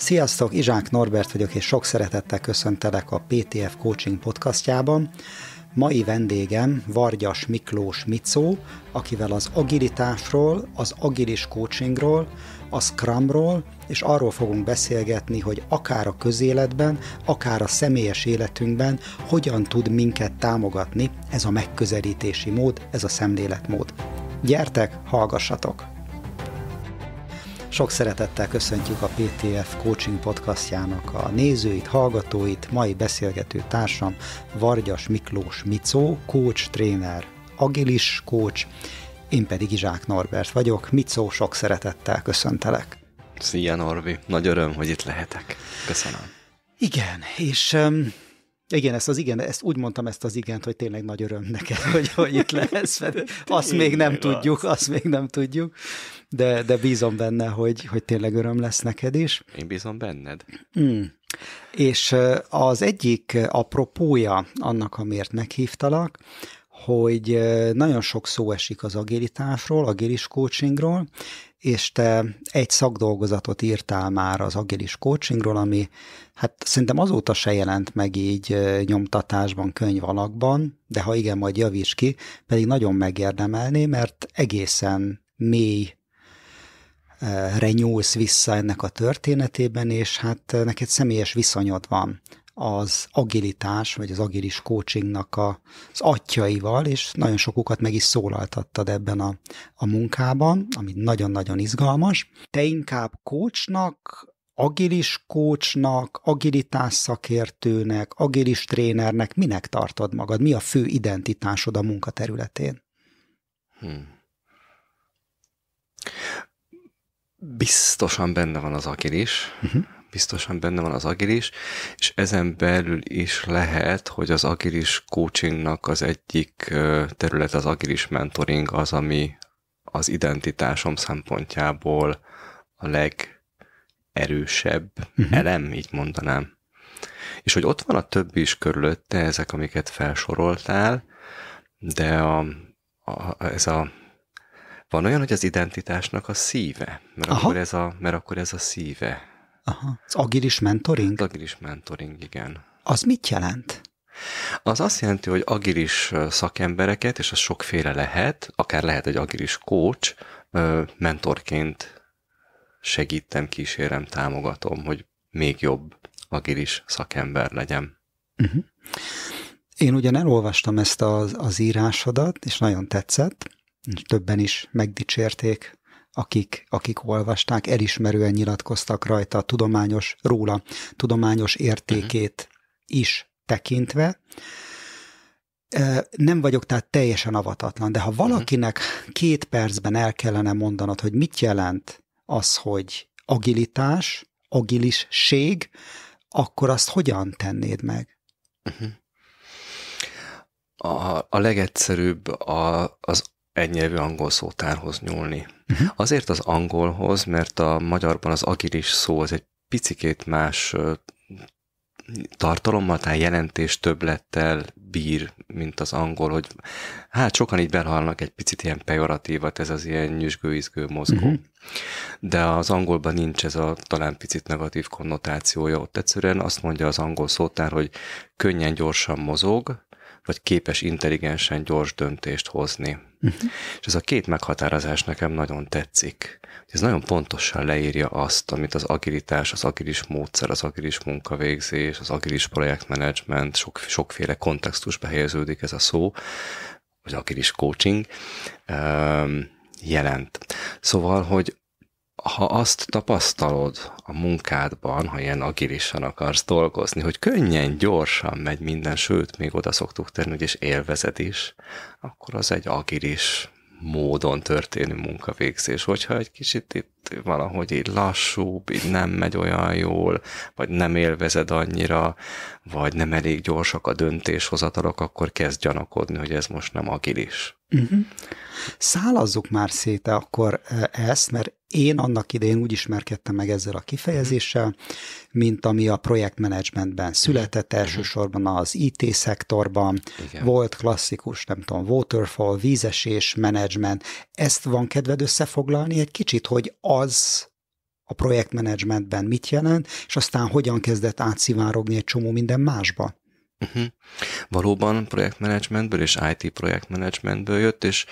Sziasztok, Izsák Norbert vagyok, és sok szeretettel köszöntelek a PTF Coaching podcastjában. Mai vendégem Vargyas Miklós Micó, akivel az agilitásról, az agilis coachingról, a Scrumról, és arról fogunk beszélgetni, hogy akár a közéletben, akár a személyes életünkben hogyan tud minket támogatni ez a megközelítési mód, ez a szemléletmód. Gyertek, hallgassatok! Sok szeretettel köszöntjük a PTF Coaching podcastjának a nézőit, hallgatóit, mai beszélgető társam Vargyas Miklós Micó, coach, tréner, agilis coach, én pedig Izsák Norbert vagyok. Micó, sok szeretettel köszöntelek. Szia Norbi, nagy öröm, hogy itt lehetek. Köszönöm. Igen, és ezt úgy mondtam ezt az igent, hogy tényleg nagy öröm neked, hogy itt lehetsz, azt még nem tudjuk, de bízom benne, hogy tényleg öröm lesz neked is. Én bízom benned. És az egyik apropója annak, amiért meghívtalak, hogy nagyon sok szó esik az agilitásról, agilis coachingról, és te egy szakdolgozatot írtál már az agilis coachingról, ami hát szerintem azóta se jelent meg így nyomtatásban, könyv alakban, de ha igen, majd javíts ki, pedig nagyon megérdemelné, mert egészen mélyre nyúlsz vissza ennek a történetében, és hát neked személyes viszonyod van az agilitás, vagy az agilis coachingnak az atyjaival, és nagyon sokukat meg is szólaltattad ebben a munkában, ami nagyon-nagyon izgalmas. Te inkább coachnak, agilis coachnak, agilitás szakértőnek, agilis trénernek minek tartod magad? Mi a fő identitásod a munkaterületén? Biztosan benne van az agilis, és ezen belül is lehet, hogy az agilis coachingnak az egyik terület, az agilis mentoring az, ami az identitásom szempontjából a legerősebb elem, így mondanám. És hogy ott van a többi is körülötte, ezek, amiket felsoroltál, de van olyan, hogy az identitásnak a szíve, mert akkor ez a szíve. Aha. Az agilis mentoring? Az agilis mentoring, igen. Az mit jelent? Az azt jelenti, hogy agilis szakembereket, és az sokféle lehet, akár lehet egy agilis coach, mentorként segítem, kísérem, támogatom, hogy még jobb agilis szakember legyen. Én ugyan elolvastam ezt az írásodat, és nagyon tetszett, és többen is megdicsérték, akik olvasták, elismerően nyilatkoztak rajta tudományos értékét is tekintve. Nem vagyok tehát teljesen avatatlan, de ha valakinek 2 percben el kellene mondanod, hogy mit jelent az, hogy agilitás, agilisség, akkor azt hogyan tennéd meg? A legegyszerűbb az egynyelvű angol szótárhoz nyúlni. Azért az angolhoz, mert a magyarban az agilis szó az egy picikét más tartalommal, tehát jelentés többlettel bír, mint az angol, hogy hát sokan így belhalnak egy picit ilyen pejoratívat, ez az ilyen nyüzsgő-izgő mozgó. De az angolban nincs ez a talán picit negatív konnotációja, ott egyszerűen azt mondja az angol szótár, hogy könnyen, gyorsan mozog, vagy képes intelligensen gyors döntést hozni. És ez a 2 meghatározás nekem nagyon tetszik. Ez nagyon pontosan leírja azt, amit az agilitás, az agilis módszer, az agilis munkavégzés, az agilis projektmenedzsment, sokféle kontextusba helyeződik ez a szó, vagy agilis coaching jelent. Szóval, hogy ha azt tapasztalod a munkádban, ha ilyen agilisan akarsz dolgozni, hogy könnyen, gyorsan megy minden, sőt, még oda szoktuk tenni, hogy és élvezed is, akkor az egy agilis módon történő munkavégzés. Hogyha egy kicsit itt valahogy így lassúbb, így nem megy olyan jól, vagy nem élvezed annyira, vagy nem elég gyorsak a döntéshozatalok, akkor kezd gyanakodni, hogy ez most nem agilis. Szálazzuk már szét akkor ezt, mert én annak idején úgy ismerkedtem meg ezzel a kifejezéssel, mint ami a projektmenedzsmentben született, elsősorban az IT szektorban. Igen. Volt klasszikus, nem tudom, waterfall, vízesés, menedzsment. Ezt van kedved összefoglalni egy kicsit, hogy a projektmenedzsmentben mit jelent, és aztán hogyan kezdett átszivárogni egy csomó minden másba. Valóban projektmenedzsmentből és IT projektmenedzsmentből jött, és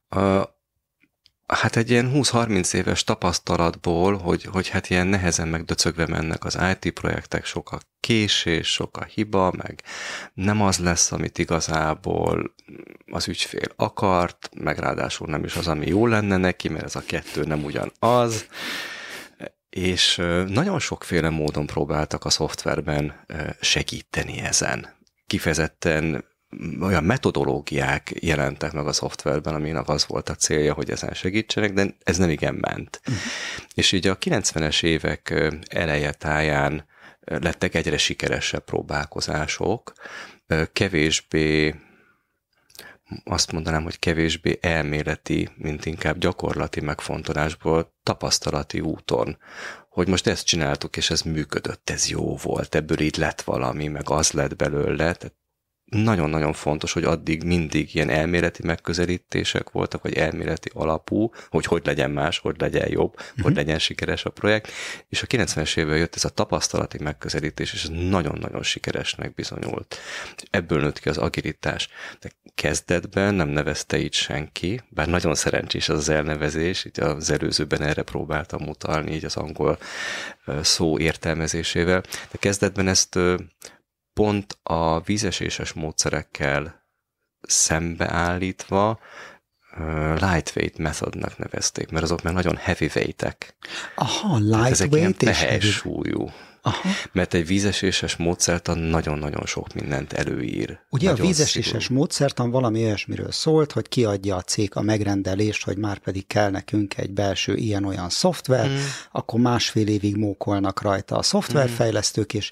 hát egy ilyen 20-30 éves tapasztalatból, hogy hát ilyen nehezen megdöcögve mennek az IT projektek, sok a késés, sok a hiba, meg nem az lesz, amit igazából az ügyfél akart, meg ráadásul nem is az, ami jó lenne neki, mert ez a kettő nem ugyanaz, és nagyon sokféle módon próbáltak a szoftverben segíteni ezen. Kifejezetten olyan metodológiák jelentek meg a szoftverben, aminek az volt a célja, hogy ezen segítsenek, de ez nem igen ment. És így a 90-es évek eleje táján lettek egyre sikeresebb próbálkozások, kevésbé, azt mondanám, hogy kevésbé elméleti, mint inkább gyakorlati megfontolásból, tapasztalati úton, hogy most ezt csináltuk, és ez működött, ez jó volt, ebből így lett valami, meg az lett belőle. Tehát nagyon-nagyon fontos, hogy addig mindig ilyen elméleti megközelítések voltak, vagy elméleti alapú, hogy legyen más, hogy legyen jobb, hogy legyen sikeres a projekt, és a 90-es évben jött ez a tapasztalati megközelítés, és ez nagyon-nagyon sikeresnek bizonyult. Ebből nőtt ki az agilitás. De kezdetben nem nevezte így senki, bár nagyon szerencsés az elnevezés, így az előzőben erre próbáltam utalni, így az angol szó értelmezésével, de kezdetben ezt pont a vízeséses módszerekkel szembeállítva lightweight methodnak nevezték, mert azok meg nagyon heavyweightek. Aha, lightweight ezek ilyen és tehes súlyú. Aha. Mert egy vízeséses módszertan nagyon-nagyon sok mindent előír. Ugye nagyon a vízeséses módszertan valami olyasmiről szólt, hogy kiadja a cég a megrendelést, hogy már pedig kell nekünk egy belső ilyen-olyan szoftver, akkor másfél évig mókolnak rajta a szoftverfejlesztők, és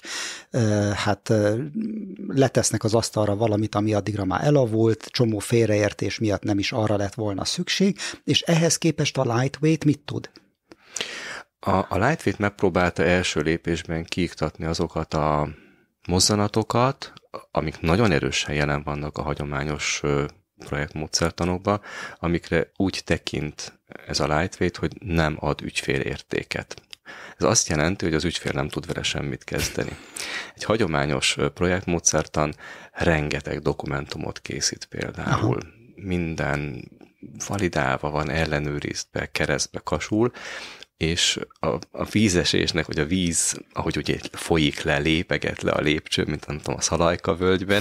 letesznek az asztalra valamit, ami addigra már elavult, csomó félreértés miatt nem is arra lett volna szükség, és ehhez képest a lightweight mit tud? A lightweight megpróbálta első lépésben kiiktatni azokat a mozzanatokat, amik nagyon erősen jelen vannak a hagyományos projektmódszertanokban, amikre úgy tekint ez a lightweight, hogy nem ad ügyfélértéket. Ez azt jelenti, hogy az ügyfél nem tud vele semmit kezdeni. Egy hagyományos projektmódszertan rengeteg dokumentumot készít például. Aha. Minden validálva van, ellenőrizve, keresztbe kasul, és a vízesésnek, vagy a víz, ahogy ugye folyik le, lépeget le a lépcső, mint nem tudom, a Szalajka völgyben,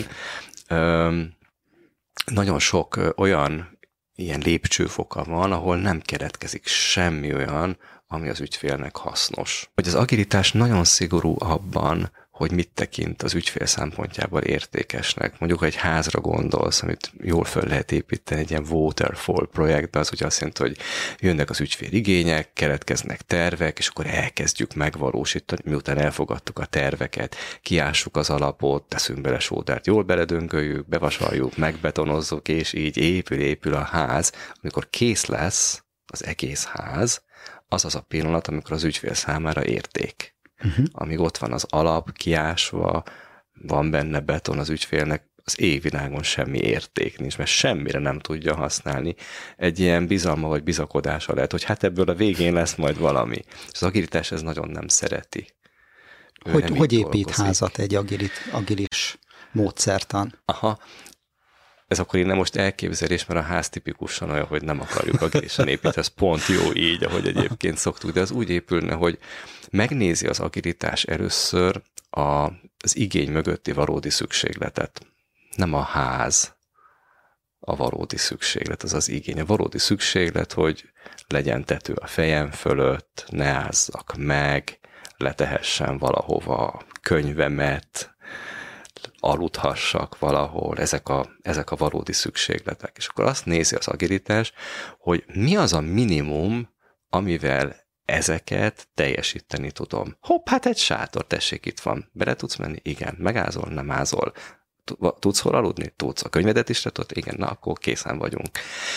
nagyon sok olyan ilyen lépcsőfoka van, ahol nem keretkezik semmi olyan, ami az ügyfélnek hasznos. Hogy az agilitás nagyon szigorú abban, hogy mit tekint az ügyfél szempontjából értékesnek. Mondjuk, ha egy házra gondolsz, amit jól föl lehet építeni egy ilyen waterfall projektben, az ugye azt jelenti, hogy jönnek az ügyfél igények, keletkeznek tervek, és akkor elkezdjük megvalósítani, miután elfogadtuk a terveket, kiássuk az alapot, teszünk bele sódert, jól beledöngöljük, bevasaljuk, megbetonozzuk, és így épül a ház. Amikor kész lesz az egész ház, az az a pillanat, amikor az ügyfél számára érték. Amíg ott van az alap kiásva, van benne beton, az ügyfélnek az égvilágon semmi érték nincs, mert semmire nem tudja használni. Egy ilyen bizalma vagy bizakodása lehet, hogy hát ebből a végén lesz majd valami. Az agilitás ez nagyon nem szereti. Hogy épít házat egy agilis módszertan? Aha. Ez akkor én nem most elképzelés, mert a ház tipikusan olyan, hogy nem akarjuk agilisan építeni, ez pont jó így, ahogy egyébként szoktuk, de az úgy épülne, hogy megnézi az agilitás először az igény mögötti valódi szükségletet. Nem a ház a valódi szükséglet, az az igény. A valódi szükséglet, hogy legyen tető a fejem fölött, ne ázzak meg, letehessen valahova könyvemet, aludhassak valahol, ezek a valódi szükségletek. És akkor azt nézi az agilitás, hogy mi az a minimum, amivel ezeket teljesíteni tudom. Hopp, hát egy sátor, tessék, itt van. Bele tudsz menni? Igen. Megázol? Nem ázol. Tudsz hol aludni? Tudsz. A könyvedet is tudod? Igen. Na, akkor készen vagyunk.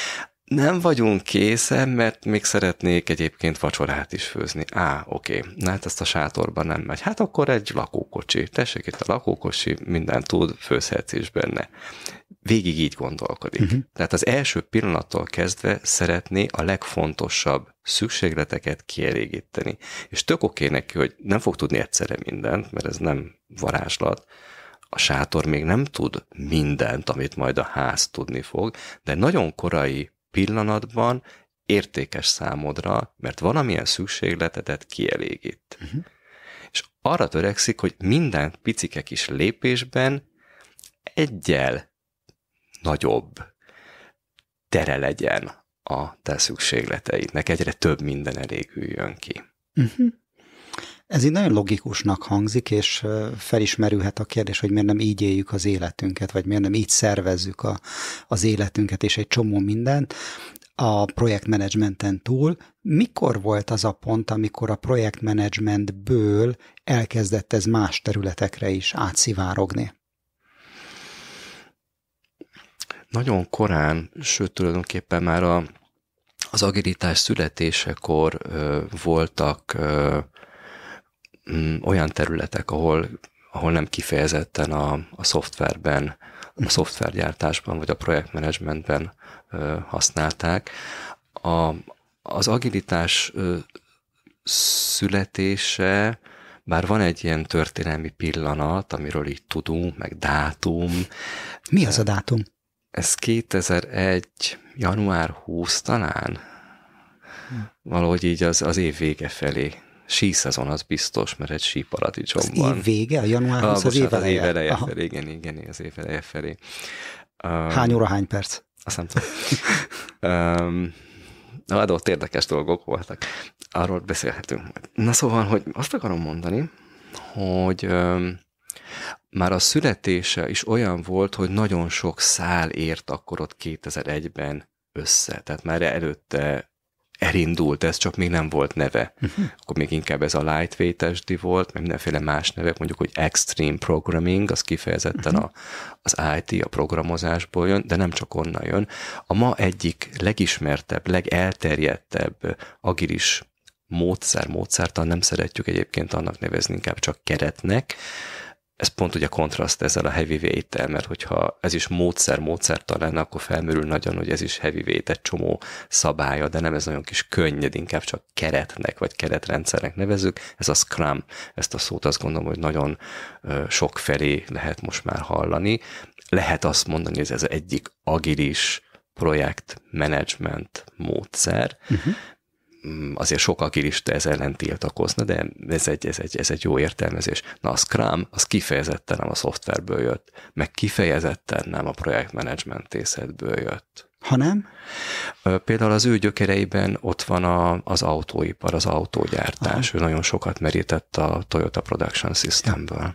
nem vagyunk készen, mert még szeretnék egyébként vacsorát is főzni. Oké. Na hát ezt a sátorban nem megy. Hát akkor egy lakókocsi. Tessék, itt a lakókocsi, mindent tud, főzhetsz is benne. Végig így gondolkodik. Tehát az első pillanattól kezdve szeretné a legfontosabb szükségleteket kielégíteni. És tök oké neki, hogy nem fog tudni egyszerre mindent, mert ez nem varázslat. A sátor még nem tud mindent, amit majd a ház tudni fog, de nagyon korai pillanatban értékes számodra, mert valamilyen szükségletedet kielégít. És arra törekszik, hogy minden picike kis lépésben egyel nagyobb tere legyen a te szükségleteidnek, egyre több minden elégüljön ki. Ez így nagyon logikusnak hangzik, és felismerülhet a kérdés, hogy miért nem így éljük az életünket, vagy miért nem így szervezzük az életünket, és egy csomó mindent a projektmenedzsmenten túl. Mikor volt az a pont, amikor a projektmenedzsmentből elkezdett ez más területekre is átszivárogni? Nagyon korán, sőt tulajdonképpen már az agilitás születésekor voltak olyan területek, ahol nem kifejezetten a szoftverben, a szoftvergyártásban vagy a projektmenedzsmentben használták. Az agilitás születése, bár van egy ilyen történelmi pillanat, amiről így tudunk, meg dátum. Mi az a dátum? Ez 2001. január 20 talán? Valahogy így az év vége felé. Síszezon az biztos, mert egy síparadicsom van. Az év vége? A január 20 az év eleje? Az év eleje felé, igen, az év eleje felé. Hány óra, hány perc? Azt nem tudom. Ott érdekes dolgok voltak. Arról beszélhetünk. Na szóval, hogy azt akarom mondani, hogy már a születése is olyan volt, hogy nagyon sok szál ért akkor ott 2001-ben össze. Tehát már előtte elindult, ez csak még nem volt neve. Akkor még inkább ez a lightweight SD volt, meg mindenféle más nevek, mondjuk, hogy extreme programming, az kifejezetten az IT, a programozásból jön, de nem csak onnan jön. A ma egyik legismertebb, legelterjedtebb agilis módszertan nem szeretjük egyébként annak nevezni, inkább csak keretnek. Ez pont ugye kontraszt ezzel a heavyweight-tel, mert hogyha ez is módszertan lenne, akkor felmerül nagyon, hogy ez is heavyweight, egy csomó szabálya, de nem ez nagyon kis könnyed, inkább csak keretnek, vagy keretrendszernek nevezzük. Ez a Scrum, ezt a szót azt gondolom, hogy nagyon sok felé lehet most már hallani. Lehet azt mondani, hogy ez egyik agilis projektmenedzsment módszer, azért sok agilista ez ellen tiltakozna, de ez egy jó értelmezés. Na a Scrum, az kifejezetten nem a szoftverből jött, meg kifejezetten nem a projektmenedzsmentészetből jött. Hanem? Például az ő gyökereiben ott van az autóipar, az autógyártás. Ő nagyon sokat merített a Toyota Production Systemből.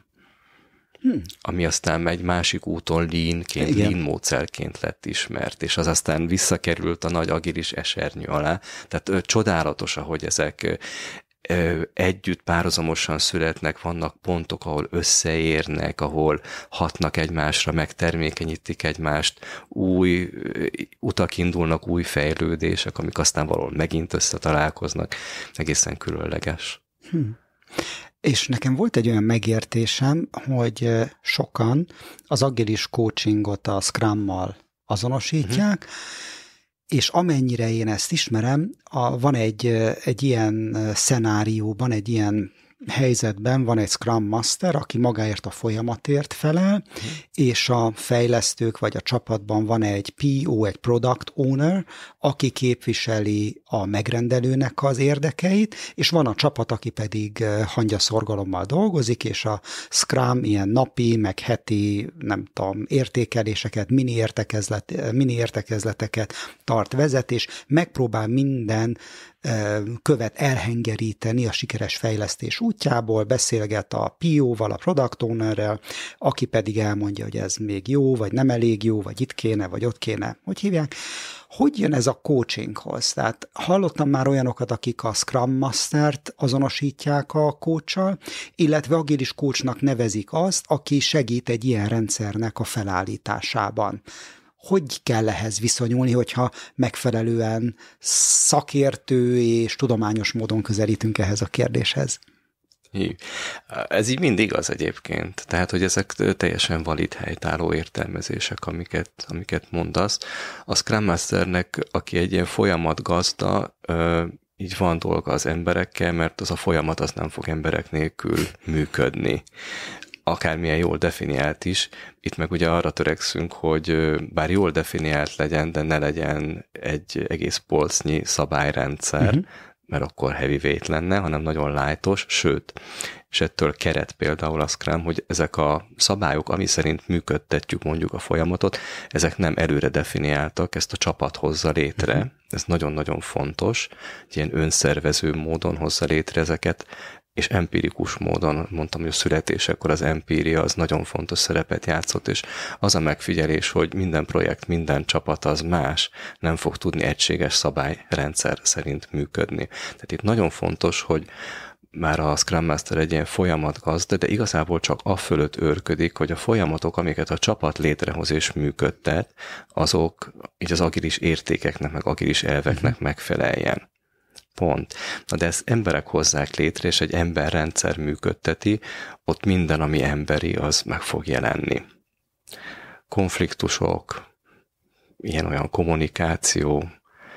Ami aztán egy másik úton lean módszerként lett ismert, és az aztán visszakerült a nagy agilis esernyő alá. Tehát csodálatos, ahogy ezek együtt párhuzamosan születnek, vannak pontok, ahol összeérnek, ahol hatnak egymásra, megtermékenyítik egymást, új utak indulnak, új fejlődések, amik aztán valahol megint összetalálkoznak. Egészen különleges. És nekem volt egy olyan megértésem, hogy sokan az agilis coachingot a Scrummal azonosítják, és amennyire én ezt ismerem, van egy ilyen szenárióban, egy ilyen helyzetben van egy Scrum Master, aki magáért a folyamatért felel, és a fejlesztők vagy a csapatban van egy PO, egy Product Owner, aki képviseli a megrendelőnek az érdekeit, és van a csapat, aki pedig hangyaszorgalommal dolgozik, és a Scrum ilyen napi, meg heti, nem tudom, értékeléseket, mini értekezleteket tart, vezet, és megpróbál minden követ elhengeríteni a sikeres fejlesztés útjából, beszélget a PO-val, a Product Ownerrel, aki pedig elmondja, hogy ez még jó, vagy nem elég jó, vagy itt kéne, vagy ott kéne. Hogy hívják? Hogy jön ez a coachinghoz? Tehát hallottam már olyanokat, akik a Scrum Mastert azonosítják a coachal, illetve agilis coachnak nevezik azt, aki segít egy ilyen rendszernek a felállításában. hogy kell ehhez viszonyulni, hogyha megfelelően szakértő és tudományos módon közelítünk ehhez a kérdéshez? Ez így mindig az egyébként. Tehát, hogy ezek teljesen valid helytálló értelmezések, amiket mondasz. A Scrum Masternek, aki egy ilyen folyamatgazda, így van dolga az emberekkel, mert az a folyamat az nem fog emberek nélkül működni. Akármilyen jól definiált is. Itt meg ugye arra törekszünk, hogy bár jól definiált legyen, de ne legyen egy egész polcnyi szabályrendszer, mert akkor heavyweight lenne, hanem nagyon lightos, sőt, és ettől keret például a Scrum, hogy ezek a szabályok, ami szerint működtetjük mondjuk a folyamatot, ezek nem előre definiáltak, ezt a csapat hozza létre, ez nagyon-nagyon fontos, ilyen önszervező módon hozza létre ezeket, és empirikus módon, mondtam, hogy a születésekor az empíria az nagyon fontos szerepet játszott, és az a megfigyelés, hogy minden projekt, minden csapat az más, nem fog tudni egységes szabályrendszer szerint működni. Tehát itt nagyon fontos, hogy már a Scrum Master egy ilyen folyamatgazda, de igazából csak afölött őrködik, hogy a folyamatok, amiket a csapat létrehoz és működtet, azok így az agilis értékeknek, meg agilis elveknek megfeleljen. Pont. Na de ezt emberek hozzák létre, és egy emberrendszer működteti, ott minden, ami emberi, az meg fog jelenni. Konfliktusok, ilyen-olyan kommunikáció,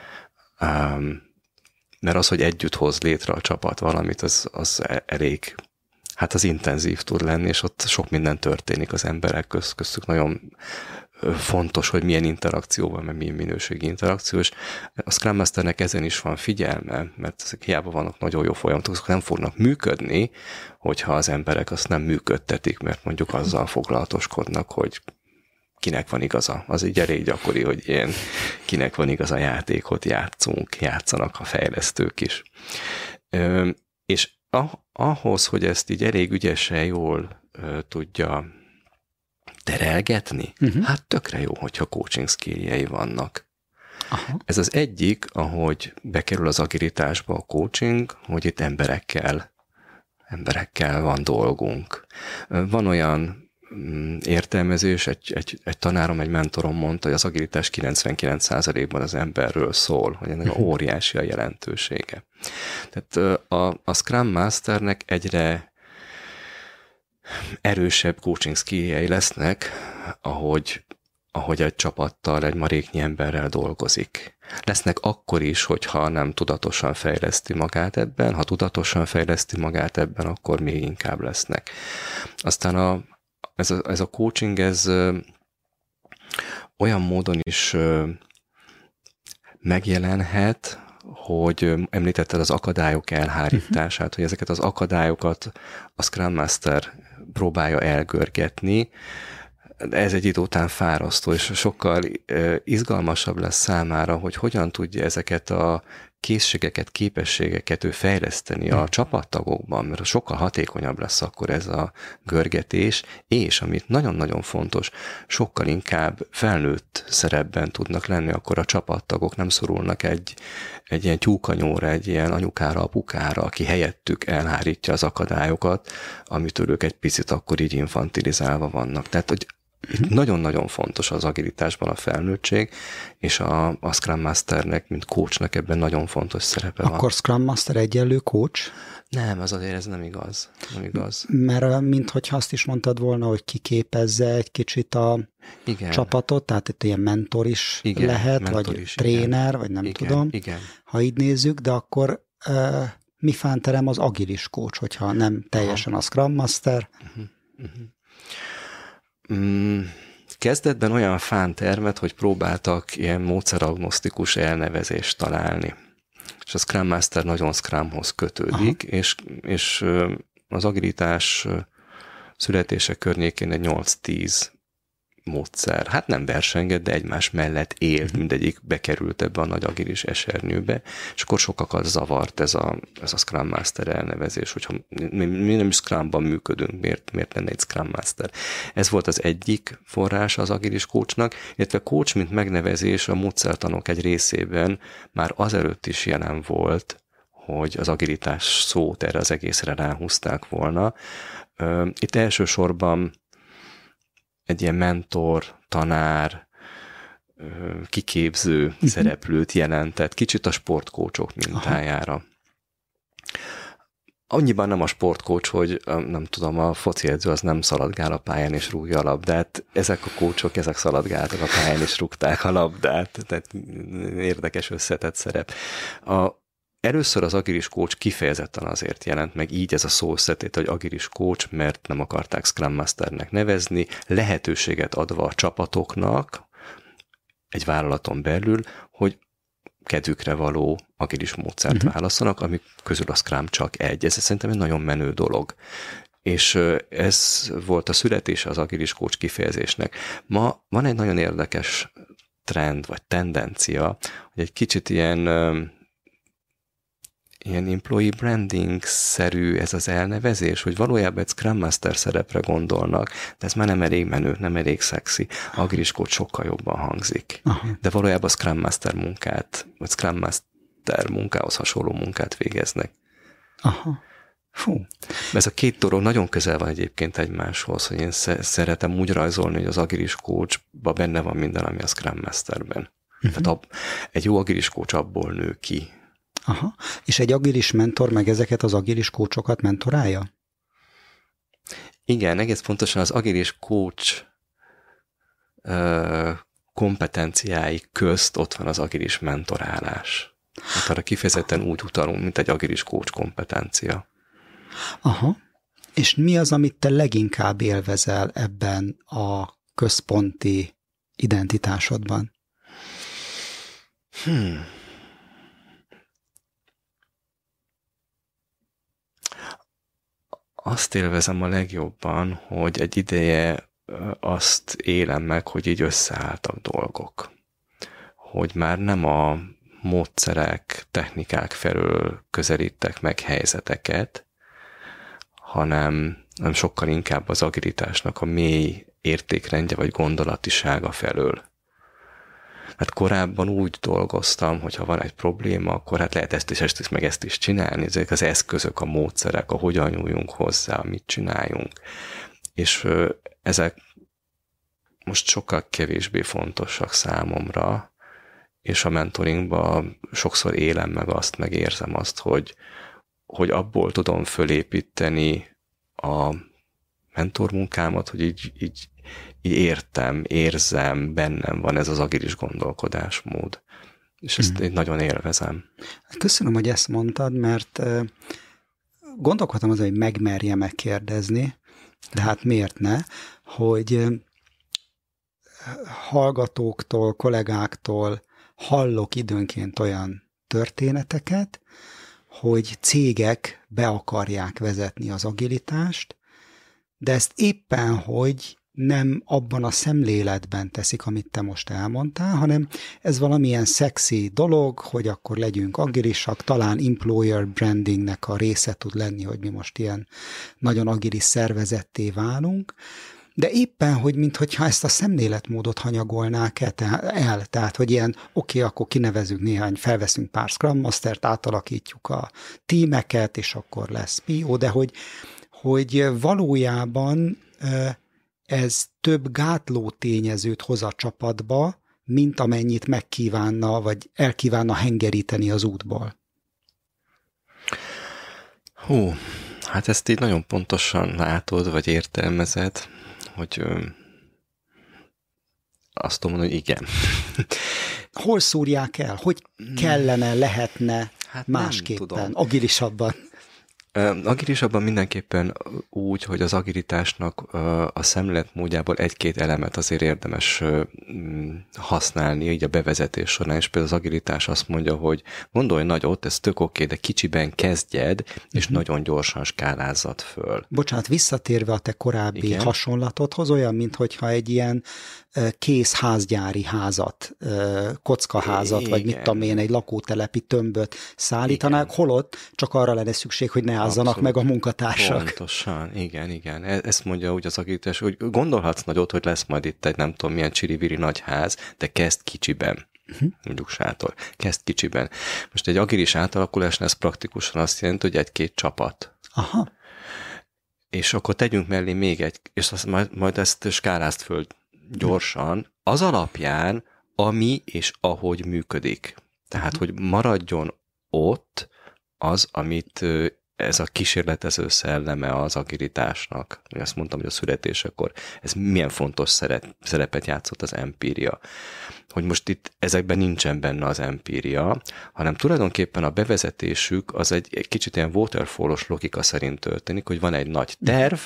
mert az, hogy együtt hoz létre a csapat valamit, az elég, hát az intenzív tud lenni, és ott sok minden történik az emberek köztük. Nagyon fontos, hogy milyen interakció van, meg milyen minőségi interakció, és a Scrum Masternek ezen is van figyelme, mert ezek hiába vannak nagyon jó folyamatok, azok nem fognak működni, hogyha az emberek azt nem működtetik, mert mondjuk azzal foglalatoskodnak, hogy kinek van igaza. Az így elég gyakori, hogy ilyen kinek van igaza játékot játszanak a fejlesztők is. És ahhoz, hogy ezt így elég ügyesen jól tudja terelgetni, hát tökre jó, hogyha coaching skilljei vannak. Aha. Ez az egyik, ahogy bekerül az agilitásba a coaching, hogy itt emberekkel van dolgunk. Van olyan értelmezés, egy tanárom, egy mentorom mondta, hogy az agilitás 99%-ban az emberről szól, hogy ennek óriási a jelentősége. Tehát a Scrum Masternek egyre erősebb coaching skilljei lesznek, ahogy egy csapattal, egy maréknyi emberrel dolgozik. Lesznek akkor is, hogyha nem tudatosan fejleszti magát ebben, ha tudatosan fejleszti magát ebben, akkor még inkább lesznek. Aztán ez a coaching, ez olyan módon is megjelenhet, hogy említetted az akadályok elhárítását, hogy ezeket az akadályokat a Scrum Master próbálja elgörgetni, ez egy idő után fárasztó, és sokkal izgalmasabb lesz számára, hogy hogyan tudja ezeket a készségeket, képességeket ő fejleszteni a csapattagokban, mert sokkal hatékonyabb lesz akkor ez a görgetés, és amit nagyon-nagyon fontos, sokkal inkább felnőtt szerepben tudnak lenni, akkor a csapattagok nem szorulnak egy ilyen tyúkanyóra, egy ilyen anyukára, apukára, aki helyettük elhárítja az akadályokat, amitől ők egy picit akkor így infantilizálva vannak. Tehát, hogy itt nagyon-nagyon fontos az agilitásban a felnőttség, és a Scrum Masternek, mint coachnak ebben nagyon fontos szerepe van. Akkor Scrum Master egyenlő coach? Nem, azért ez nem igaz. Nem igaz. Mert minthogyha azt is mondtad volna, hogy kiképezze egy kicsit a csapatot, tehát itt ilyen mentor is lehet, mentor vagy is, tréner, vagy nem tudom, ha így nézzük, de akkor mi fánterem az agilis coach, hogyha nem teljesen a Scrum Master? Kezdetben olyan fántermet, hogy próbáltak ilyen módszeragnosztikus elnevezést találni. És a Scrum Master nagyon Scrumhoz kötődik, és az agilitás születése környékén egy 8-10 módszer. Hát nem versengett, de egymás mellett élt, mindegyik bekerült ebbe a nagy agilis esernyőbe, és akkor sokakat zavart ez a Scrum Master elnevezés, hogyha mi nem Scrumban működünk, miért lenne egy Scrum Master. Ez volt az egyik forrás az agilis coachnak, illetve coach, mint megnevezés a módszertanok egy részében már azelőtt is jelen volt, hogy az agilitás szót erre az egészre ráhúzták volna. Itt elsősorban egy ilyen mentor, tanár, kiképző szereplőt jelentett, kicsit a sportkócsok mintájára. Aha. Annyiban nem a sportkócs, hogy nem tudom, a fociedző az nem szaladgál a pályán és rúgja a labdát. Ezek a kócsok, ezek szaladgáltak a pályán és rúgták a labdát. Tehát érdekes összetett szerep. Először az agilis coach kifejezetten azért jelent meg így ez a szó összetét, hogy agilis coach, mert nem akarták Scrum Masternek nevezni, lehetőséget adva a csapatoknak egy vállalaton belül, hogy kedvükre való agilis módszert válaszolnak, amik közül a Scrum csak egy. Ez szerintem egy nagyon menő dolog. És ez volt a születése az agilis coach kifejezésnek. Ma van egy nagyon érdekes trend, vagy tendencia, hogy egy kicsit ilyen employee branding-szerű ez az elnevezés, hogy valójában egy Scrum Master szerepre gondolnak, de ez már nem elég menő, nem elég szexi. Agilis coach sokkal jobban hangzik. Aha. De valójában Scrum Master munkát, vagy Scrum Master munkához hasonló munkát végeznek. Aha. Fú. Ez a két dolog nagyon közel van egyébként egymáshoz, hogy én szeretem úgy rajzolni, hogy az agilis coachban benne van minden, ami a Scrum Masterben. Tehát egy jó agilis coach abból nő ki. Aha. És egy agilis mentor meg ezeket az agilis coachokat mentorálja? Igen, egész pontosan az agilis coach kompetenciái közt ott van az agilis mentorálás. Hát arra kifejezetten úgy utalunk, mint egy agilis coach kompetencia. Aha. És mi az, amit te leginkább élvezel ebben a központi identitásodban? Azt élvezem a legjobban, hogy egy ideje azt élem meg, hogy így összeálltak dolgok. Hogy már nem a módszerek, technikák felől közelítek meg helyzeteket, hanem sokkal inkább az agilitásnak a mély értékrendje vagy gondolatisága felől. Hát korábban úgy dolgoztam, hogy ha van egy probléma, akkor hát lehet ezt is, meg ezt is csinálni. Ezek az eszközök, a módszerek, a hogyan nyúljunk hozzá, mit csináljunk. És ezek most sokkal kevésbé fontosak számomra, és a mentoringban sokszor élem meg azt, meg érzem azt, hogy abból tudom fölépíteni a mentormunkámat, hogy így értem, érzem, bennem van ez az agilis gondolkodásmód. És ezt én nagyon élvezem. Köszönöm, hogy ezt mondtad, mert gondolkodtam azon, hogy megmerje megkérdezni, de hát miért ne, hogy hallgatóktól, kollégáktól hallok időnként olyan történeteket, hogy cégek be akarják vezetni az agilitást, de ezt éppen, hogy nem abban a szemléletben teszik, amit te most elmondtál, hanem ez valamilyen szexi dolog, hogy akkor legyünk agilisak, talán employer brandingnek a része tud lenni, hogy mi most ilyen nagyon agilis szervezetté válunk, de éppen, hogy minthogyha ezt a szemléletmódot hanyagolnák el, tehát, hogy ilyen, oké, akkor kinevezünk felveszünk pár Scrum Mastert, átalakítjuk a tímeket, és akkor lesz PO, de hogy valójában ez több gátló tényezőt hoz a csapatba, mint amennyit megkívánna, vagy elkívánna hengeríteni az útból. Hát ezt így nagyon pontosan látod, vagy értelmezed, hogy azt tudom mondani, hogy igen. Hol szúrják el? Hogy kellene, lehetne másképpen, agilisabban? Agilisabban mindenképpen úgy, hogy az agilitásnak a szemléletmódjából egy-két elemet azért érdemes használni így a bevezetés során, és például az agilitás azt mondja, hogy gondolj nagyot, ez tök oké, de kicsiben kezdjed, és nagyon gyorsan skálázzad föl. Bocsánat, visszatérve a te korábbi hasonlatodhoz, olyan, minthogyha egy ilyen kész házgyári házat, kockaházat, vagy mit tudom én, egy lakótelepi tömböt szállítanák, holott csak arra lenne szükség, hogy ne állzanak meg a munkatársak. Pontosan, igen. Ezt mondja úgy az agilitás, hogy gondolhatsz nagyot, hogy lesz majd itt egy nem tudom milyen csiri-viri nagy ház, de kezd kicsiben. Mondjuk sátor. Kezd kicsiben. Most egy agilis átalakulásnál ez praktikusan azt jelenti, hogy egy-két csapat. Aha. És akkor tegyünk mellé még egy, és majd ezt skálázt föl gyorsan, az alapján ami és ahogy működik. Tehát, hogy maradjon ott az, amit ez a kísérletező szelleme az agilitásnak. Azt mondtam, hogy a születésekor ez milyen fontos szerepet játszott az empíria. Hogy most itt ezekben nincsen benne az empíria, hanem tulajdonképpen a bevezetésük az egy kicsit ilyen waterfallos logika szerint történik, hogy van egy nagy terv,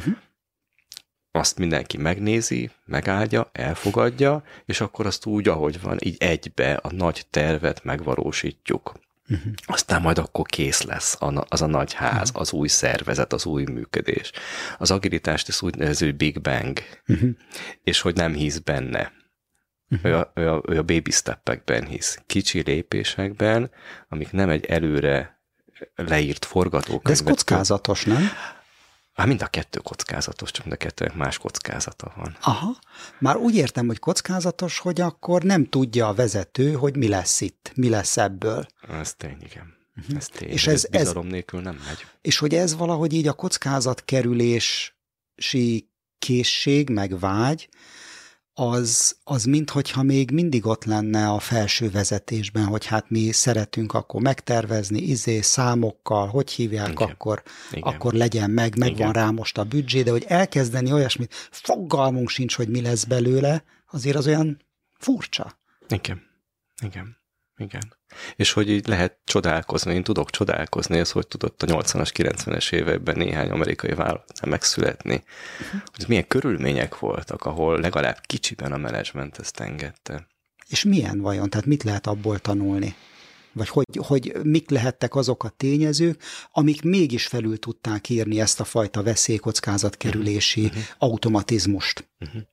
azt mindenki megnézi, megáldja, elfogadja, és akkor azt úgy, ahogy van, így egybe a nagy tervet megvalósítjuk. Aztán majd akkor kész lesz az a nagy ház, az új szervezet, az új működés. Az agilitást is úgy nevező Big Bang, és hogy nem hisz benne. Ő a baby steppekben hisz. Kicsi lépésekben, amik nem egy előre leírt forgatókönyvet. De ez kockázatos, nem? Hát mind a kettő kockázatos, csak mind a kettőnek más kockázata van. Aha, már úgy értem, hogy kockázatos, hogy akkor nem tudja a vezető, hogy mi lesz itt, mi lesz ebből. Ez tény, igen. Ez tény. És ez bizalom nélkül nem megy. És hogy ez valahogy így a kockázatkerülési készség, meg vágy, az minthogyha még mindig ott lenne a felső vezetésben, hogy hát mi szeretünk akkor megtervezni, számokkal, hogy hívják, Igen. akkor legyen megvan rá most a büdzsé, de hogy elkezdeni olyasmit, fogalmunk sincs, hogy mi lesz belőle, azért az olyan furcsa. Igen. És hogy így lehet csodálkozni, én tudok csodálkozni, ez hogy tudott a 80-as, 90-es években néhány amerikai vállalatnál megszületni. Hogy milyen körülmények voltak, ahol legalább kicsiben a menedzsment ezt engedte. És milyen vajon? Tehát mit lehet abból tanulni? Vagy hogy mik lehettek azok a tényezők, amik mégis felül tudták írni ezt a fajta veszélykockázatkerülési automatizmust?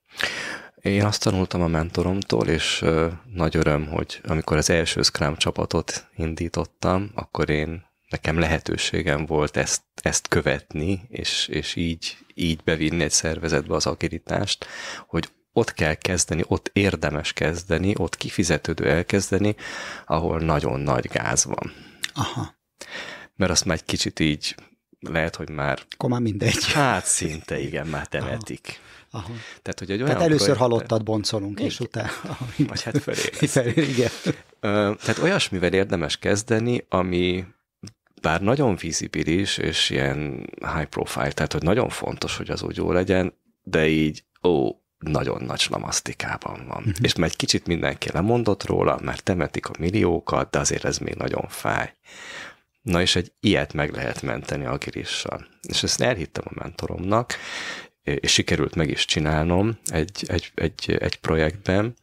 Én azt tanultam a mentoromtól, és nagy öröm, hogy amikor az első Scrum csapatot indítottam, akkor nekem lehetőségem volt ezt követni, és így bevinni egy szervezetbe az agilitást, hogy ott kell kezdeni, ott érdemes kezdeni, ott kifizetődő elkezdeni, ahol nagyon nagy gáz van. Aha. Mert azt már egy kicsit így lehet, hogy már... Akkor már mindegy. Hát szinte igen, már temetik. Aha. Tehát először halottat boncolunk, és utána... Vagy hát felé. Igen. Tehát olyasmivel érdemes kezdeni, ami bár nagyon visibilis, és ilyen high profile, tehát hogy nagyon fontos, hogy az úgy jó legyen, de így, nagyon nagy slamasztikában van. És már egy kicsit mindenki lemondott róla, mert temetik a milliókat, de azért ez még nagyon fáj. Na és egy ilyet meg lehet menteni agilissal. És ezt elhittem a mentoromnak, és sikerült meg is csinálnom egy projektben,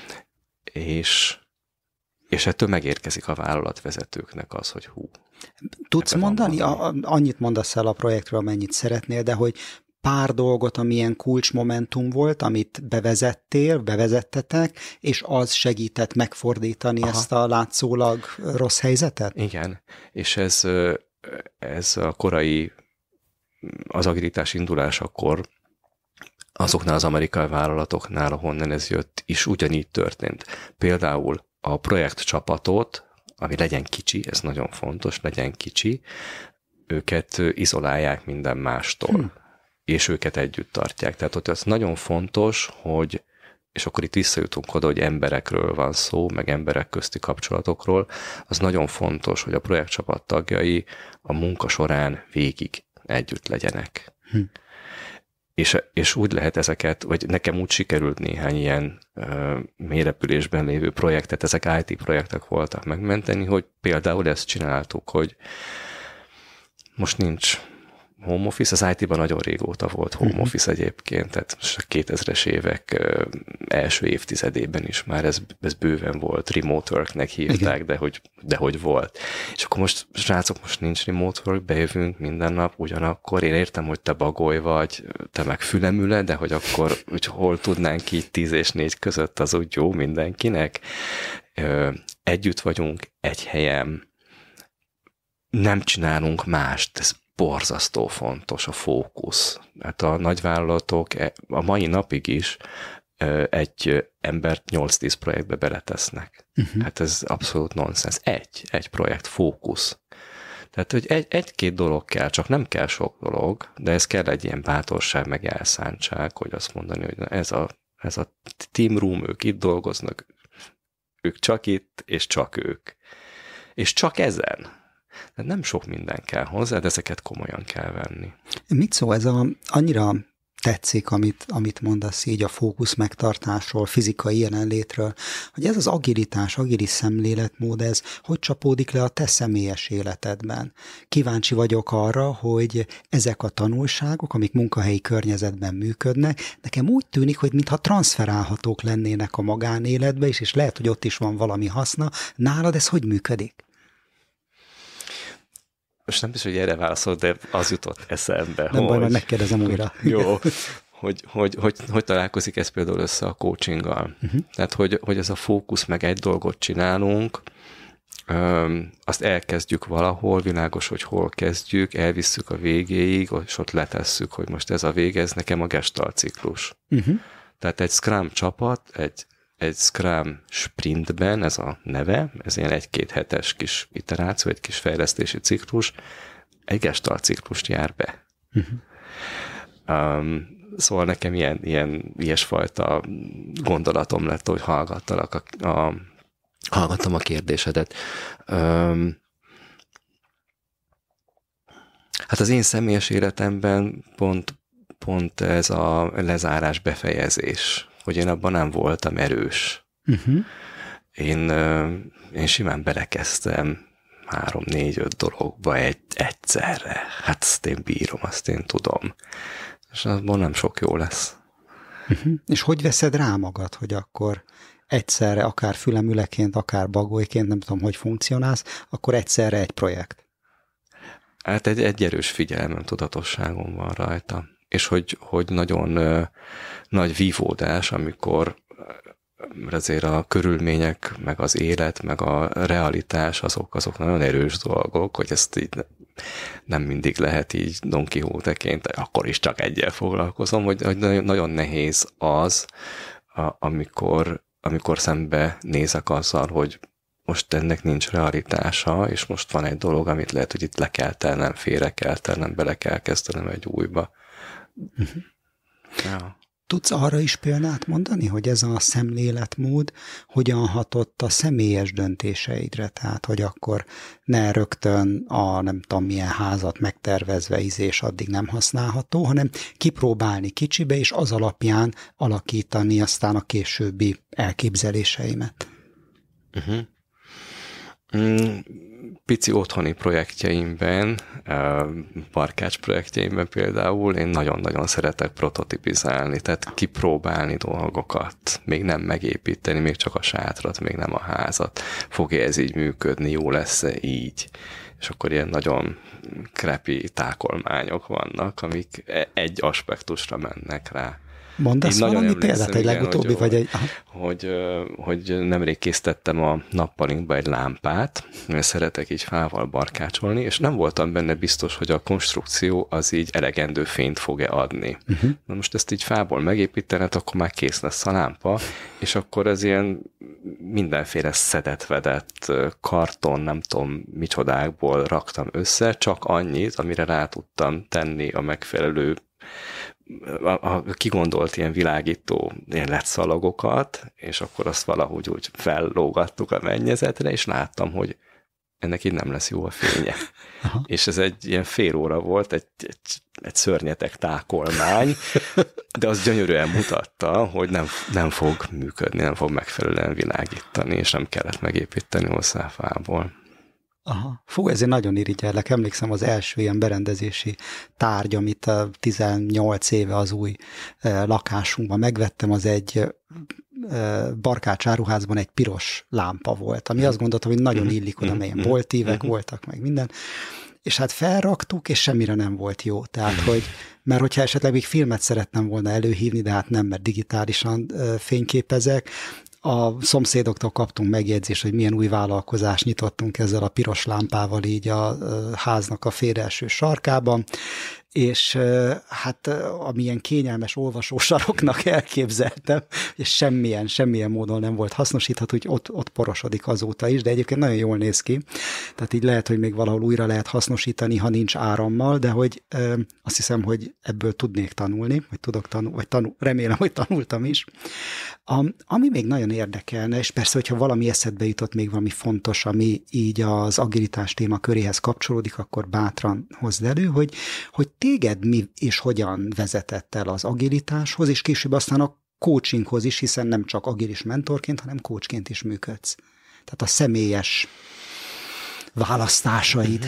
és ettől megérkezik a vállalatvezetőknek az, hogy Tudsz mondani? Annyit mondasz el a projektről, amennyit szeretnél, de hogy pár dolgot, amilyen kulcsmomentum volt, amit bevezettetek, és az segített megfordítani ezt a látszólag rossz helyzetet? Igen, és ez a korai, az agilitás indulásakor azoknál az amerikai vállalatoknál, ahonnan ez jött, is ugyanígy történt. Például a projektcsapatot, ami legyen kicsi, ez nagyon fontos, legyen kicsi, őket izolálják minden mástól, és őket együtt tartják. Tehát ott az nagyon fontos, hogy, és akkor itt visszajutunk oda, hogy emberekről van szó, meg emberek közti kapcsolatokról, az nagyon fontos, hogy a projektcsapat tagjai a munka során végig együtt legyenek. És úgy lehet ezeket, vagy nekem úgy sikerült néhány ilyen mélyrepülésben lévő projektet, ezek IT projektek voltak megmenteni, hogy például ezt csináltuk, hogy most nincs home office, az IT-ban nagyon régóta volt home office egyébként, tehát most a 2000-es évek első évtizedében is már ez bőven volt, remote worknek hívták, de hogy volt. És akkor most, srácok, most nincs remote work, bejövünk minden nap, ugyanakkor én értem, hogy te bagoly vagy, te meg fülemüle, de hogy akkor hogy hol tudnánk így 10 és 4 között, az úgy jó mindenkinek. Együtt vagyunk, egy helyen, nem csinálunk mást, ez borzasztó fontos a fókusz. Hát a nagyvállalatok a mai napig is egy embert 8-10 projektbe beletesznek. Hát ez abszolút nonsens. Egy projekt, fókusz. Tehát, hogy egy-két dolog kell, csak nem kell sok dolog, de ez kell egy ilyen bátorság, meg elszántság, hogy azt mondani, hogy ez a team room, ők itt dolgoznak, ők csak itt, és csak ők. És csak ezen. De nem sok minden kell hozzá, de ezeket komolyan kell venni. Mit szó ez annyira tetszik, amit mondasz így a fókusz megtartásról, fizikai jelenlétről, hogy ez az agilitás, agilis szemléletmód, ez hogy csapódik le a te személyes életedben? Kíváncsi vagyok arra, hogy ezek a tanulságok, amik munkahelyi környezetben működnek, nekem úgy tűnik, hogy mintha transferálhatók lennének a magánéletbe is, és lehet, hogy ott is van valami haszna. Nálad ez hogy működik? Most nem biztos, hogy erre válaszol, de az jutott eszembe. Nem baj, majd megkérdezem újra. Jó, hogy találkozik ez például össze a coachinggal. Tehát, hogy ez a fókusz, meg egy dolgot csinálunk, azt elkezdjük valahol, világos, hogy hol kezdjük, elvisszük a végéig, és ott letesszük, hogy most ez a vége, ez nekem a gestalt ciklus. Tehát egy Scrum csapat, egy Scrum sprintben, ez a neve, ez ilyen 1-2 hetes kis iteráció, egy kis fejlesztési ciklus, egy gestalt ciklust jár be. Szóval nekem ilyesfajta gondolatom lett, hogy hallgattam a kérdésedet. Hát az én személyes életemben pont ez a lezárás, befejezés, hogy én abban nem voltam erős. Én simán belekezdtem 3-4-5 dologba egyszerre. Hát azt én bírom, azt én tudom. És abban nem sok jó lesz. És hogy veszed rá magad, hogy akkor egyszerre, akár fülemüleként, akár bagolyként, nem tudom, hogy funkcionálsz, akkor egyszerre egy projekt? Hát egy erős figyelmem, tudatosságom van rajta. És hogy nagyon nagy vívódás, amikor azért a körülmények, meg az élet, meg a realitás, azok nagyon erős dolgok, hogy ezt így nem mindig lehet így Don Quixote-ként, akkor is csak egyel foglalkozom, hogy nagyon nehéz az, amikor szembe nézek azzal, hogy most ennek nincs realitása, és most van egy dolog, amit lehet, hogy itt le kell tennem, félre kell tennem, bele kell kezdenem egy újba. Ja. Tudsz arra is példát mondani, hogy ez a szemléletmód hogyan hatott a személyes döntéseidre? Tehát, hogy akkor ne rögtön a nem tudom milyen házat megtervezve és addig nem használható, hanem kipróbálni kicsibe, és az alapján alakítani aztán a későbbi elképzeléseimet. Pici otthoni projektjeimben, barkács projektjeimben például én nagyon-nagyon szeretek prototipizálni, tehát kipróbálni dolgokat, még nem megépíteni, még csak a sátrat, még nem a házat. Fog-e ez így működni, jó lesz-e így? És akkor ilyen nagyon crappy tákolmányok vannak, amik egy aspektusra mennek rá. Mondasz valami példát, egy legutóbbi, vagy egy... Hogy nemrég készítettem a nappalinkba egy lámpát, mert szeretek így fával barkácsolni, és nem voltam benne biztos, hogy a konstrukció az így elegendő fényt fog-e adni. Na most ezt így fából megépítened, akkor már kész lesz a lámpa, és akkor ez ilyen mindenféle szedett-vedett karton, nem tudom micsodákból raktam össze, csak annyit, amire rá tudtam tenni a megfelelő a kigondolt ilyen világító ilyen LED-szalagokat, és akkor azt valahogy úgy fellógattuk a mennyezetre, és láttam, hogy ennek így nem lesz jó a fénye. Aha. És ez egy ilyen fél óra volt, egy szörnyeteg tákolmány, de az gyönyörűen mutatta, hogy nem fog működni, nem fog megfelelően világítani, és nem kellett megépíteni hozzá fából. Aha. Fú, ezért nagyon irigyellek. Emlékszem az első ilyen berendezési tárgy, amit 18 éve az új lakásunkban megvettem, az egy barkács áruházban egy piros lámpa volt, ami azt gondoltam, hogy nagyon illik oda, melyen boltívek voltak, meg minden. És hát felraktuk, és semmire nem volt jó. Tehát, mert hogyha esetleg még filmet szerettem volna előhívni, de hát nem, mert digitálisan fényképezek, a szomszédoktól kaptunk megjegyzést, hogy milyen új vállalkozást nyitottunk ezzel a piros lámpával így a háznak a félreeső sarkában, és hát amilyen kényelmes olvasósaroknak elképzeltem, és semmilyen módon nem volt hasznosítható, hogy ott porosodik azóta is, de egyébként nagyon jól néz ki. Tehát így lehet, hogy még valahol újra lehet hasznosítani, ha nincs árammal, de hogy azt hiszem, hogy ebből tudnék tanulni, vagy tudok tanulni, vagy remélem, hogy tanultam is. Ami még nagyon érdekelne, és persze, hogyha valami eszedbe jutott még valami fontos, ami így az agilitás téma köréhez kapcsolódik, akkor bátran hozd elő, hogy téged mi és hogyan vezetett el az agilitáshoz, és később aztán a coachinghoz is, hiszen nem csak agilis mentorként, hanem coachként is működsz. Tehát a személyes választásaid.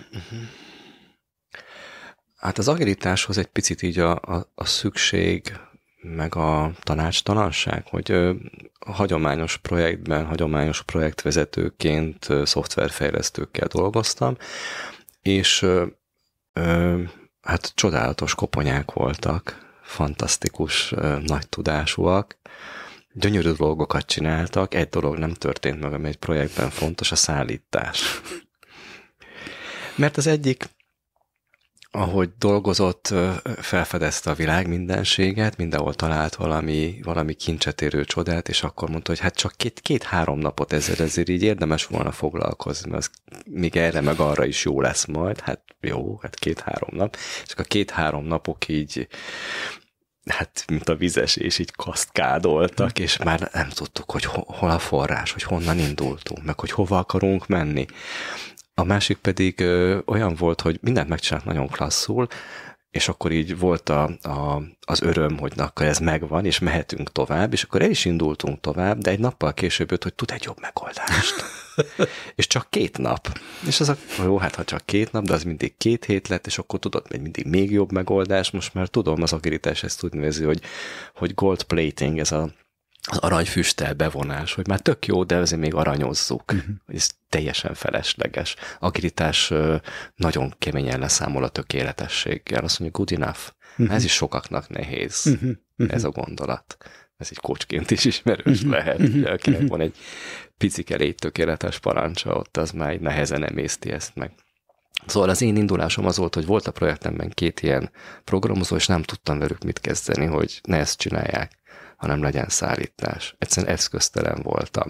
Hát az agilitáshoz egy picit így a szükség, meg a tanácstalanság, hogy hagyományos projektben, hagyományos projektvezetőként szoftverfejlesztőkkel dolgoztam, és hát csodálatos koponyák voltak, fantasztikus, nagy tudásúak, gyönyörű dolgokat csináltak, egy dolog nem történt meg, ami egy projektben fontos, a szállítás. Mert az egyik, ahogy dolgozott, felfedezte a világ mindenséget, mindenhol talált valami kincset érő csodát, és akkor mondta, hogy hát csak két-három napot ezért így érdemes volna foglalkozni, mert még erre meg arra is jó lesz majd. Hát jó, hát 2-3 nap. És a 2-3 napok így, hát mint a vizesés, így kasztkádoltak, és már nem tudtuk, hogy hol a forrás, hogy honnan indultunk, meg hogy hova akarunk menni. A másik pedig olyan volt, hogy mindent megcsinált nagyon klasszul, és akkor így volt az öröm, hogy na, akkor ez megvan, és mehetünk tovább, és akkor el is indultunk tovább, de egy nappal később jött, hogy tud egy jobb megoldást. És csak 2 nap. És az jó, hát ha csak 2 nap, de az mindig 2 hét lett, és akkor tudod, hogy mindig még jobb megoldás. Most már tudom, az agilitás ezt úgy nevezi, hogy gold plating, ez az aranyfüsttel bevonás, hogy már tök jó, de azért még aranyozzuk. Ez teljesen felesleges. Agilitás nagyon keményen leszámol a tökéletességgel. Azt mondja, good enough. Ez is sokaknak nehéz, ez a gondolat. Ez egy coachként is ismerős lehet. Akinek van egy picike léttökéletes parancsa, ott az már nehezen emészti ezt meg. Szóval az én indulásom az volt, hogy volt a projektemben 2 ilyen programozó, és nem tudtam velük mit kezdeni, hogy ne ezt csinálják, hanem legyen szállítás. Egyszerűen eszköztelen voltam.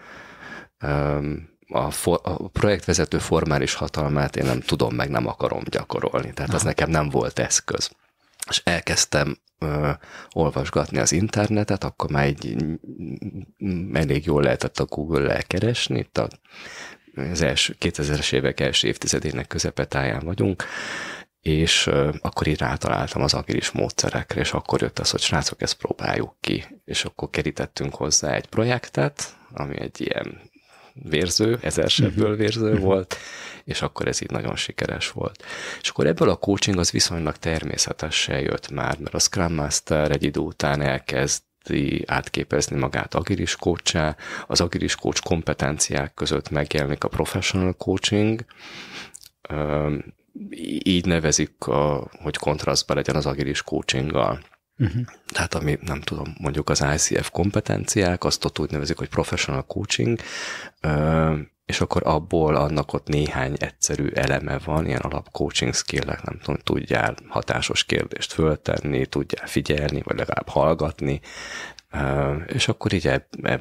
A projektvezető formális hatalmát én nem tudom, meg nem akarom gyakorolni. Tehát az nekem nem volt eszköz. És elkezdtem olvasgatni az internetet, akkor már elég jól lehetett a Google-lel keresni. Itt az 2000-es évek első évtizedének közepetáján vagyunk, és akkor így rátaláltam az agilis módszerekre, és akkor jött az, hogy srácok, ezt próbáljuk ki. És akkor kerítettünk hozzá egy projektet, ami egy ilyen vérző, 1000 sebből vérző volt, és akkor ez így nagyon sikeres volt. És akkor ebből a coaching az viszonylag természetesen jött már, mert a Scrum Master egy idő után elkezdi átképezni magát agilis coachá, az agilis coach kompetenciák között megjelenik a professional coaching, így nevezik, hogy kontrasztban legyen az agilis coachinggal. Tehát ami, nem tudom, mondjuk az ICF kompetenciák, azt ott úgy nevezik, hogy professional coaching, és akkor abból annak ott néhány egyszerű eleme van, ilyen alap coaching skill-ek, nem tudom, tudjál hatásos kérdést föltenni, tudjál figyelni, vagy legalább hallgatni, és akkor így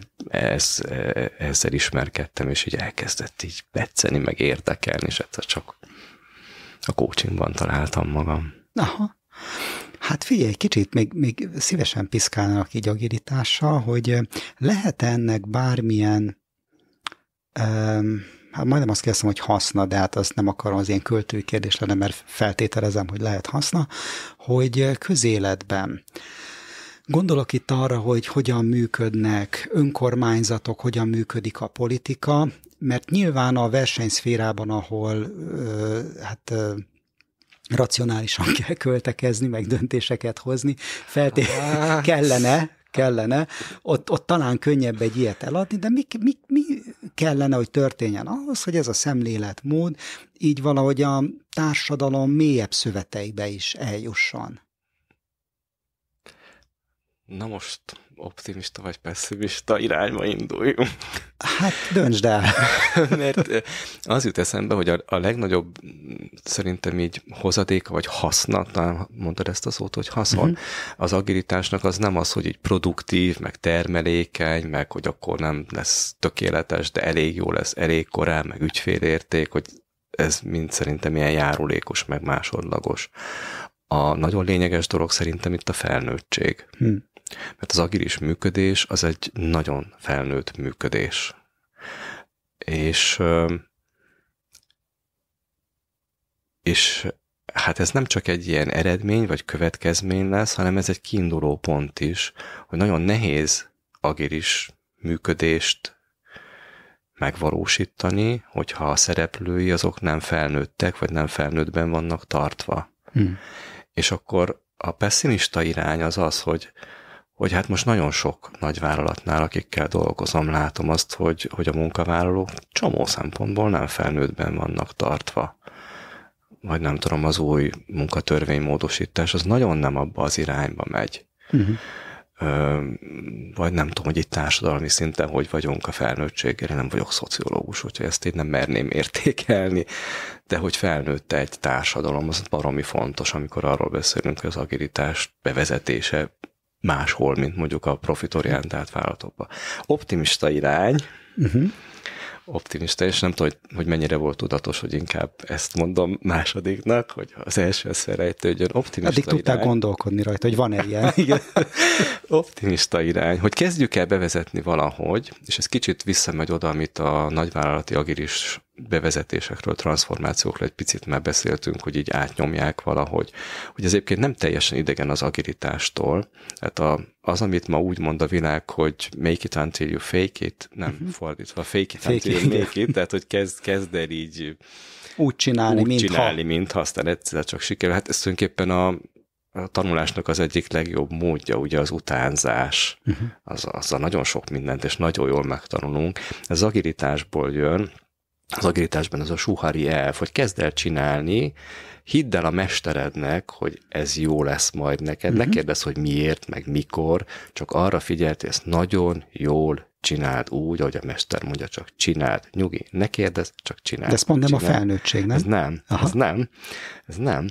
ezzel ismerkedtem, és így elkezdett így tetszeni, meg érdekelni, és egyszer csak a coachingban találtam magam. Aha. Hát figyelj, kicsit még szívesen piszkálnak így agilitással, hogy lehet ennek bármilyen, hát majdnem azt kérdezem, hogy haszna, de hát azt nem akarom, az ilyen költői kérdés lenne, mert feltételezem, hogy lehet haszna, hogy közéletben. Gondolok itt arra, hogy hogyan működnek önkormányzatok, hogyan működik a politika, mert nyilván a versenyszférában, ahol racionálisan kell költekezni, meg döntéseket hozni, kellene, ott talán könnyebb egy ilyet eladni, de mi kellene, hogy történjen ahhoz, hogy ez a szemléletmód így valahogy a társadalom mélyebb szöveteibe is eljusson? Na most optimista vagy pessimista irányba induljunk. Hát döntsd el. Mert az jut eszembe, hogy a legnagyobb szerintem így hozadéka, vagy haszna, talán mondtad ezt a szót, hogy haszon, az agilitásnak az nem az, hogy így produktív, meg termelékeny, meg hogy akkor nem lesz tökéletes, de elég jó lesz, elég korán, meg ügyfélérték, hogy ez mind szerintem ilyen járulékos, meg másodlagos. A nagyon lényeges dolog szerintem itt a felnőttség. Mert az agilis működés az egy nagyon felnőtt működés. És hát ez nem csak egy ilyen eredmény vagy következmény lesz, hanem ez egy kiinduló pont is, hogy nagyon nehéz agilis működést megvalósítani, hogyha a szereplői azok nem felnőttek, vagy nem felnőttben vannak tartva. És akkor a pessimista irány az az, hogy hát most nagyon sok nagyvállalatnál, akikkel dolgozom, látom azt, hogy a munkavállalók csomó szempontból nem felnőttben vannak tartva. Vagy nem tudom, az új munkatörvénymódosítás, az nagyon nem abba az irányba megy. Vagy nem tudom, hogy itt társadalmi szinten hogy vagyunk a felnőttséggel, nem vagyok szociológus, hogyha ezt én nem merném értékelni, de hogy felnőtte egy társadalom, az baromi fontos, amikor arról beszélünk, hogy az agilitás bevezetése máshol, mint mondjuk a profitorientált vállalatokban. Optimista irány, optimista, és nem tudom, hogy mennyire volt tudatos, hogy inkább ezt mondom másodiknak, hogy az első felejtődjön. Optimista addig tudtál gondolkodni rajta, hogy van-e ilyen. Igen. Optimista irány, hogy kezdjük el bevezetni valahogy, és ez kicsit visszamegy oda, amit a nagyvállalati agilis bevezetésekről, transformációkról egy picit már beszéltünk, hogy így átnyomják valahogy, hogy ez egyébként nem teljesen idegen az agilitástól. Tehát az, amit ma úgy mond a világ, hogy make it until you fake it, nem fordítva, fake it until you make it, tehát hogy kezd el így úgy csinálni, mintha aztán egyszer csak sikerül. Hát ez tulajdonképpen a tanulásnak az egyik legjobb módja, ugye az utánzás. Azzal nagyon sok mindent, és nagyon jól megtanulunk. Ez agilitásból jön. Az agilitásban az a suhari elv, hogy kezd el csinálni, hidd el a mesterednek, hogy ez jó lesz majd neked. Ne kérdezz, hogy miért, meg mikor, csak arra figyelj, hogy ezt nagyon jól csináld úgy, ahogy a mester mondja, csak csináld. Nyugi, ne kérdezz, csak csináld. De ezt pont nem a felnőttség, nem? Ez nem.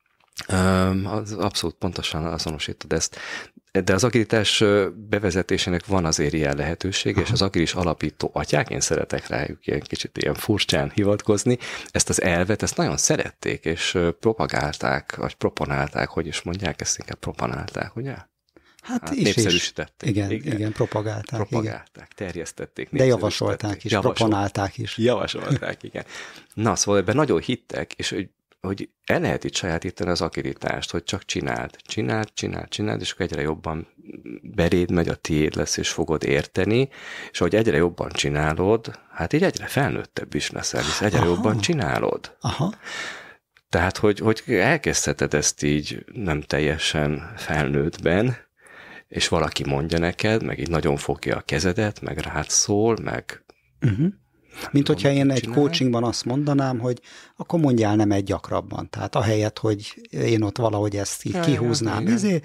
Az abszolút pontosan azonosítod ezt. De az agilitás bevezetésének van azért ilyen lehetősége, és az agilis alapító atyák, én szeretek rájuk ilyen kicsit ilyen furcsán hivatkozni, ezt az elvet, ezt nagyon szerették, és propagálták, vagy proponálták, hogy is mondják, ezt inkább proponálták, ugye? Hát népszerűsítették. Igen, propagálták, terjesztették. De javasolták is, proponálták is. Javasolták, igen. Na, szóval ebben nagyon hittek, és hogy el lehet itt sajátítani az agilitást, hogy csak csináld, és akkor egyre jobban beréd megy, a tiéd lesz, és fogod érteni, és ahogy egyre jobban csinálod, hát így egyre felnőttebb is leszel, hisz egyre jobban csinálod. Tehát, hogy elkezdheted ezt így nem teljesen felnőttben, és valaki mondja neked, meg így nagyon fogja a kezedet, meg rád szól, meg... Mint hogyha én egy coachingban azt mondanám, hogy akkor mondjál nemet gyakrabban. Tehát ahelyett, hogy én ott valahogy ezt így kihúznám.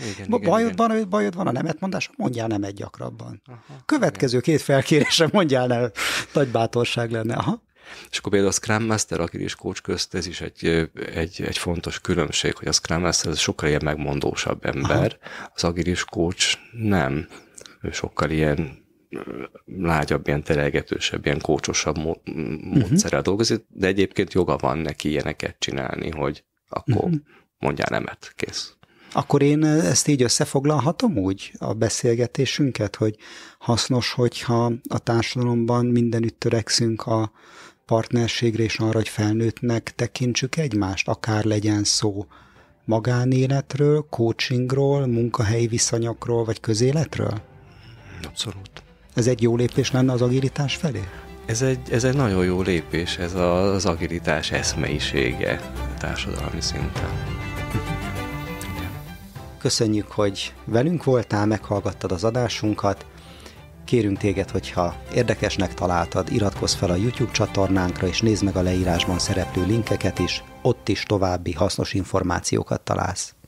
Bajod van a nemetmondás, mondjál nemet gyakrabban. Következő 2 felkérésre mondjál nemet. Nagy bátorság lenne. És akkor például a Scrum Master, agilis coach közt ez is egy fontos különbség, hogy a Scrum Master ez sokkal ilyen megmondósabb ember, az agilis coach nem. Ő sokkal ilyen lágyabb, ilyen terelgetősebb, ilyen kócsosabb módszerrel dolgozik, de egyébként joga van neki ilyeneket csinálni, hogy akkor mondjál nemet, kész. Akkor én ezt így összefoglalhatom úgy, a beszélgetésünket, hogy hasznos, hogyha a társadalomban mindenütt törekszünk a partnerségre és arra, hogy felnőttnek tekintsük egymást, akár legyen szó magánéletről, coachingról, munkahelyi viszonyokról, vagy közéletről? Abszolút. Ez egy jó lépés lenne az agilitás felé? Ez egy nagyon jó lépés, ez az agilitás eszmeisége társadalmi szinten. Köszönjük, hogy velünk voltál, meghallgattad az adásunkat. Kérünk téged, hogyha érdekesnek találtad, iratkozz fel a YouTube csatornánkra, és nézd meg a leírásban szereplő linkeket is, ott is további hasznos információkat találsz.